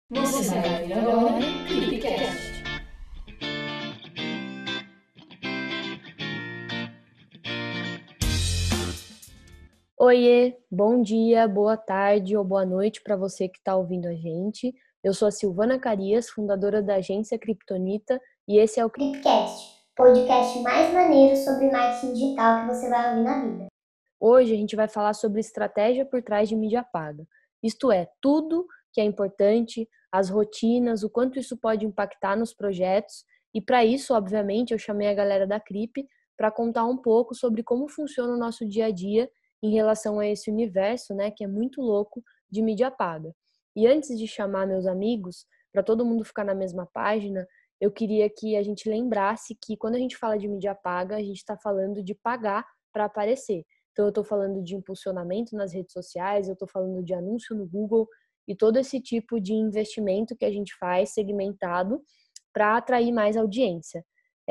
Você vai ouvir agora Clipcast. Oiê, bom dia, boa tarde ou boa noite para você que está ouvindo a gente. Eu sou a Silvana Carias, fundadora da agência Kryptonita, e esse é o Clipcast, podcast mais maneiro sobre marketing digital que você vai ouvir na vida. Hoje a gente vai falar sobre estratégia por trás de mídia paga. Isto é, tudo que é importante, as rotinas, o quanto isso pode impactar nos projetos. E para isso, obviamente, eu chamei a galera da Crip para contar um pouco sobre como funciona o nosso dia a dia em relação a esse universo, né, que é muito louco de mídia paga. E antes de chamar meus amigos, para todo mundo ficar na mesma página, eu queria que a gente lembrasse que quando a gente fala de mídia paga, a gente está falando de pagar para aparecer. Então, eu estou falando de impulsionamento nas redes sociais, eu estou falando de anúncio no Google e todo esse tipo de investimento que a gente faz segmentado para atrair mais audiência.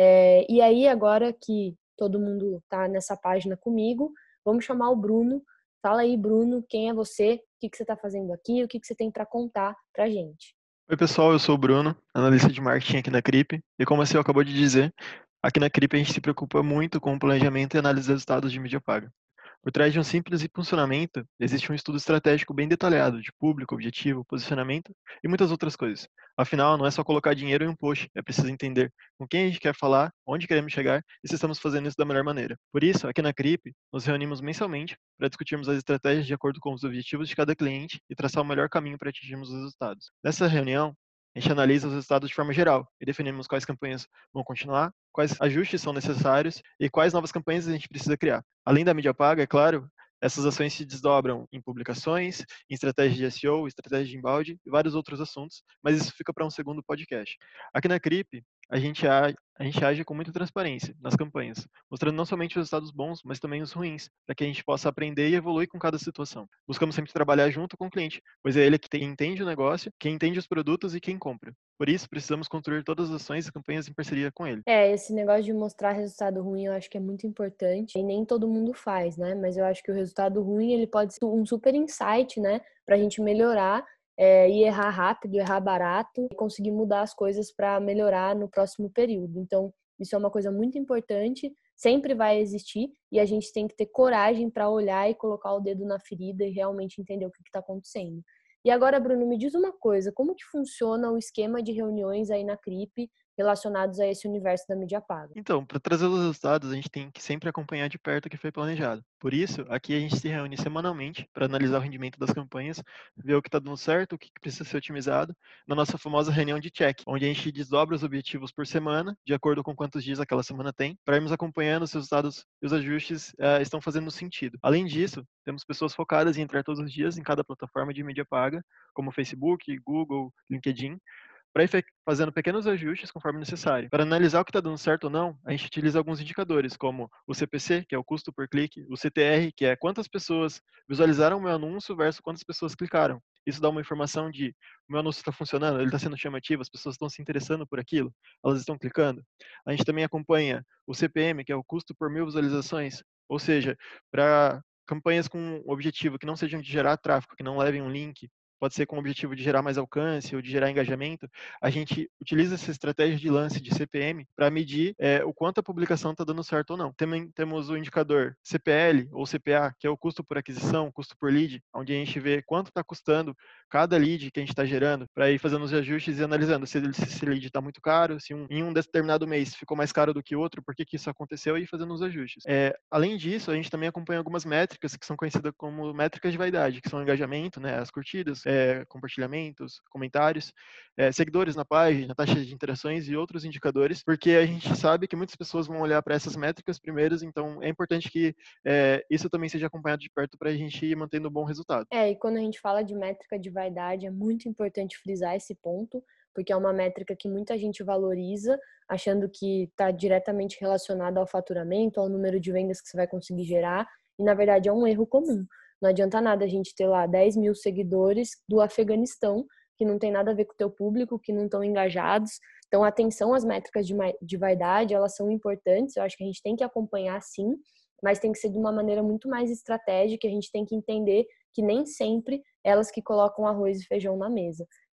E aí, agora que todo mundo está nessa página comigo, vamos chamar o Bruno. Fala aí, Bruno, quem é você? O que você está fazendo aqui? O que você tem para contar para a gente? Oi, pessoal, eu sou o Bruno, analista de marketing aqui na Crip. E como você acabou de dizer, aqui na Crip a gente se preocupa muito com o planejamento e análise dos resultados de mídia paga. Por trás de um simples impulsionamento, existe um estudo estratégico bem detalhado de público, objetivo, posicionamento e muitas outras coisas. Afinal, não é só colocar dinheiro em um post, é preciso entender com quem a gente quer falar, onde queremos chegar e se estamos fazendo isso da melhor maneira. Por isso, aqui na Crip, nos reunimos mensalmente para discutirmos as estratégias de acordo com os objetivos de cada cliente e traçar o melhor caminho para atingirmos os resultados. Nessa reunião, a gente analisa os resultados de forma geral e definimos quais campanhas vão continuar, quais ajustes são necessários e quais novas campanhas a gente precisa criar. Além da mídia paga, é claro, essas ações se desdobram em publicações, em estratégia de SEO, estratégia de inbound e vários outros assuntos, mas isso fica para um segundo podcast. Aqui na Crip, a gente age com muita transparência nas campanhas, mostrando não somente os resultados bons, mas também os ruins, para que a gente possa aprender e evoluir com cada situação. Buscamos sempre trabalhar junto com o cliente, pois é ele que entende o negócio, quem entende os produtos e quem compra. Por isso, precisamos construir todas as ações e campanhas em parceria com ele. Esse negócio de mostrar resultado ruim eu acho que é muito importante e nem todo mundo faz, né? Mas eu acho que o resultado ruim ele pode ser um super insight, né? Pra gente melhorar e errar rápido, errar barato e conseguir mudar as coisas para melhorar no próximo período. Então, isso é uma coisa muito importante, sempre vai existir e a gente tem que ter coragem para olhar e colocar o dedo na ferida e realmente entender o que está acontecendo. E agora, Bruno, me diz uma coisa, como que funciona o esquema de reuniões aí na Crip relacionados a esse universo da mídia paga? Então, para trazer os resultados, a gente tem que sempre acompanhar de perto o que foi planejado. Por isso, aqui a gente se reúne semanalmente para analisar o rendimento das campanhas, ver o que está dando certo, o que precisa ser otimizado, na nossa famosa reunião de check, onde a gente desdobra os objetivos por semana, de acordo com quantos dias aquela semana tem, para irmos acompanhando se os resultados e os ajustes estão fazendo sentido. Além disso, temos pessoas focadas em entrar todos os dias em cada plataforma de mídia paga, como Facebook, Google, LinkedIn, para ir fazendo pequenos ajustes conforme necessário. Para analisar o que está dando certo ou não, a gente utiliza alguns indicadores, como o CPC, que é o custo por clique, o CTR, que é quantas pessoas visualizaram o meu anúncio versus quantas pessoas clicaram. Isso dá uma informação de o meu anúncio está funcionando, ele está sendo chamativo, as pessoas estão se interessando por aquilo, elas estão clicando. A gente também acompanha o CPM, que é o custo por mil visualizações, ou seja, para campanhas com objetivo que não sejam de gerar tráfego, que não levem um link, pode ser com o objetivo de gerar mais alcance ou de gerar engajamento, a gente utiliza essa estratégia de lance de CPM para medir o quanto a publicação está dando certo ou não. Também temos o indicador CPL ou CPA, que é o custo por aquisição, custo por lead, onde a gente vê quanto está custando cada lead que a gente está gerando, para ir fazendo os ajustes e analisando se esse lead está muito caro, se em um determinado mês ficou mais caro do que outro, por que isso aconteceu, e ir fazendo os ajustes. Além disso, a gente também acompanha algumas métricas que são conhecidas como métricas de vaidade, que são engajamento, né, as curtidas, compartilhamentos, comentários, seguidores na página, taxa de interações e outros indicadores, porque a gente sabe que muitas pessoas vão olhar para essas métricas primeiras, então é importante que isso também seja acompanhado de perto para a gente ir mantendo um bom resultado. E quando a gente fala de métrica de vaidade, é muito importante frisar esse ponto, porque é uma métrica que muita gente valoriza, achando que está diretamente relacionada ao faturamento, ao número de vendas que você vai conseguir gerar, e na verdade é um erro comum. Não adianta nada a gente ter lá 10 mil seguidores do Afeganistão, que não tem nada a ver com o teu público, que não estão engajados. Então, atenção às métricas de vaidade, elas são importantes, eu acho que a gente tem que acompanhar sim, mas tem que ser de uma maneira muito mais estratégica, a gente tem que entender que nem sempre elas que colocam arroz e feijão na mesa.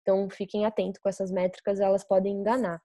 Então, fiquem atentos com essas métricas, elas podem enganar.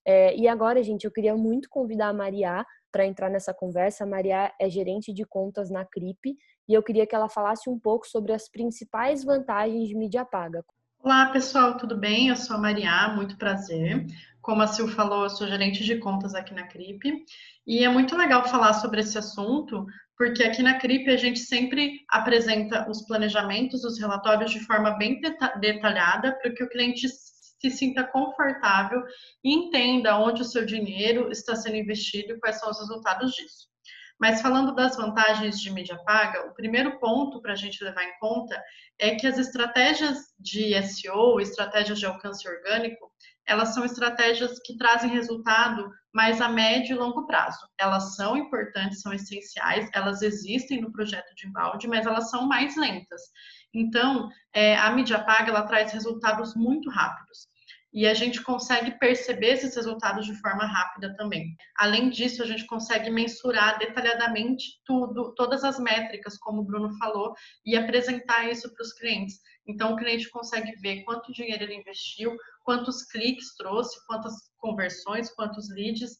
E agora, gente, eu queria muito convidar a Maria para entrar nessa conversa. A Maria é gerente de contas na CRIP e eu queria que ela falasse um pouco sobre as principais vantagens de mídia paga. Olá, pessoal, tudo bem? Eu sou a Maria, muito prazer. Como a Sil falou, eu sou gerente de contas aqui na CRIP e é muito legal falar sobre esse assunto, porque aqui na CRIP a gente sempre apresenta os planejamentos, os relatórios de forma bem detalhada para que o cliente se sinta confortável e entenda onde o seu dinheiro está sendo investido e quais são os resultados disso. Mas falando das vantagens de mídia paga, o primeiro ponto para a gente levar em conta é que as estratégias de SEO, estratégias de alcance orgânico, elas são estratégias que trazem resultado mais a médio e longo prazo. Elas são importantes, são essenciais, elas existem no projeto de embalde, mas elas são mais lentas. Então, a mídia paga, ela traz resultados muito rápidos. E a gente consegue perceber esses resultados de forma rápida também. Além disso, a gente consegue mensurar detalhadamente tudo, todas as métricas, como o Bruno falou, e apresentar isso para os clientes. Então, o cliente consegue ver quanto dinheiro ele investiu, quantos cliques trouxe, quantas conversões, quantos leads.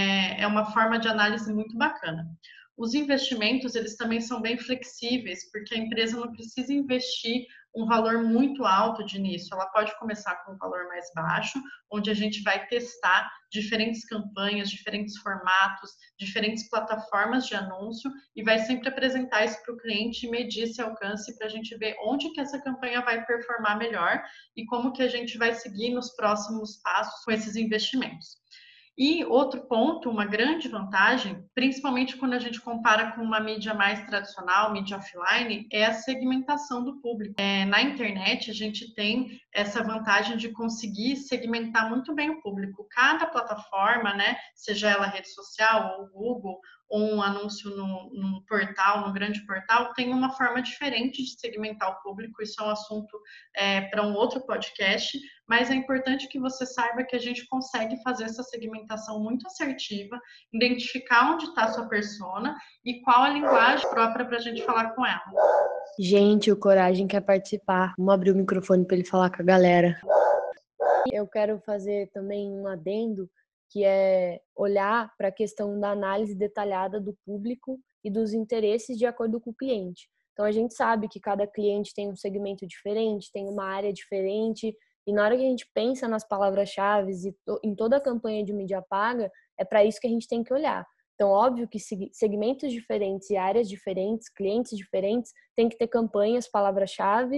É uma forma de análise muito bacana. Os investimentos, eles também são bem flexíveis, porque a empresa não precisa investir um valor muito alto de início. Ela pode começar com um valor mais baixo, onde a gente vai testar diferentes campanhas, diferentes formatos, diferentes plataformas de anúncio e vai sempre apresentar isso para o cliente e medir esse alcance para a gente ver onde que essa campanha vai performar melhor e como que a gente vai seguir nos próximos passos com esses investimentos. E outro ponto, uma grande vantagem, principalmente quando a gente compara com uma mídia mais tradicional, mídia offline, é a segmentação do público. Na internet, a gente tem essa vantagem de conseguir segmentar muito bem o público. Cada plataforma, né, seja ela rede social ou Google, ou um anúncio num portal, num grande portal, tem uma forma diferente de segmentar o público. Isso é um assunto para um outro podcast, mas é importante que você saiba que a gente consegue fazer essa segmentação muito assertiva, identificar onde está a sua persona e qual a linguagem própria para a gente falar com ela. Gente, o Coragem quer participar. Vamos abrir o microfone para ele falar com a galera. Eu quero fazer também um adendo, que é olhar para a questão da análise detalhada do público e dos interesses de acordo com o cliente. Então, a gente sabe que cada cliente tem um segmento diferente, tem uma área diferente, e na hora que a gente pensa nas palavras-chave e em toda a campanha de mídia paga, é para isso que a gente tem que olhar. Então, óbvio que segmentos diferentes e áreas diferentes, clientes diferentes, tem que ter campanhas, palavras-chave,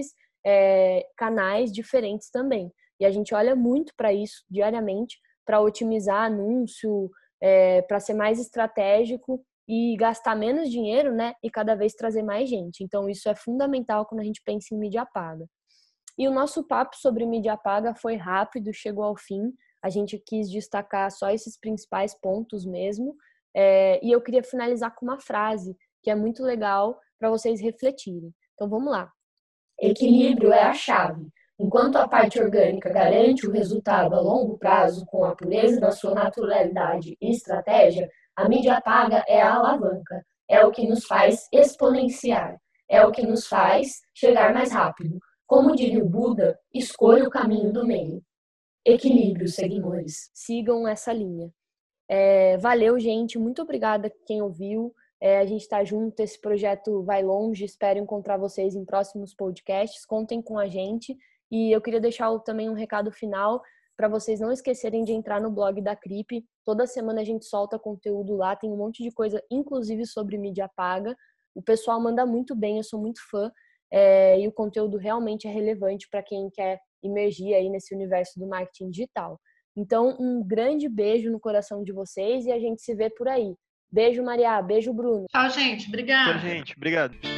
canais diferentes também. E a gente olha muito para isso diariamente, para otimizar anúncio, para ser mais estratégico e gastar menos dinheiro, né? E cada vez trazer mais gente. Então, isso é fundamental quando a gente pensa em mídia paga. E o nosso papo sobre mídia paga foi rápido, chegou ao fim. A gente quis destacar só esses principais pontos mesmo. E eu queria finalizar com uma frase que é muito legal para vocês refletirem. Então, vamos lá. Equilíbrio é a chave. Enquanto a parte orgânica garante o resultado a longo prazo com a pureza da sua naturalidade e estratégia, a mídia paga é a alavanca, é o que nos faz exponenciar, é o que nos faz chegar mais rápido. Como diria o Buda, escolha o caminho do meio. Equilíbrio, seguidores. Sigam essa linha. Valeu, gente. Muito obrigada quem ouviu. A gente está junto, esse projeto vai longe. Espero encontrar vocês em próximos podcasts. Contem com a gente. E eu queria deixar também um recado final para vocês não esquecerem de entrar no blog da CRIP. Toda semana a gente solta conteúdo lá, tem um monte de coisa, inclusive sobre mídia paga. O pessoal manda muito bem, eu sou muito fã. E o conteúdo realmente é relevante para quem quer imergir aí nesse universo do marketing digital. Então, um grande beijo no coração de vocês e a gente se vê por aí. Beijo, Maria. Beijo, Bruno. Tchau, gente. Obrigada. Tchau, gente. Obrigado.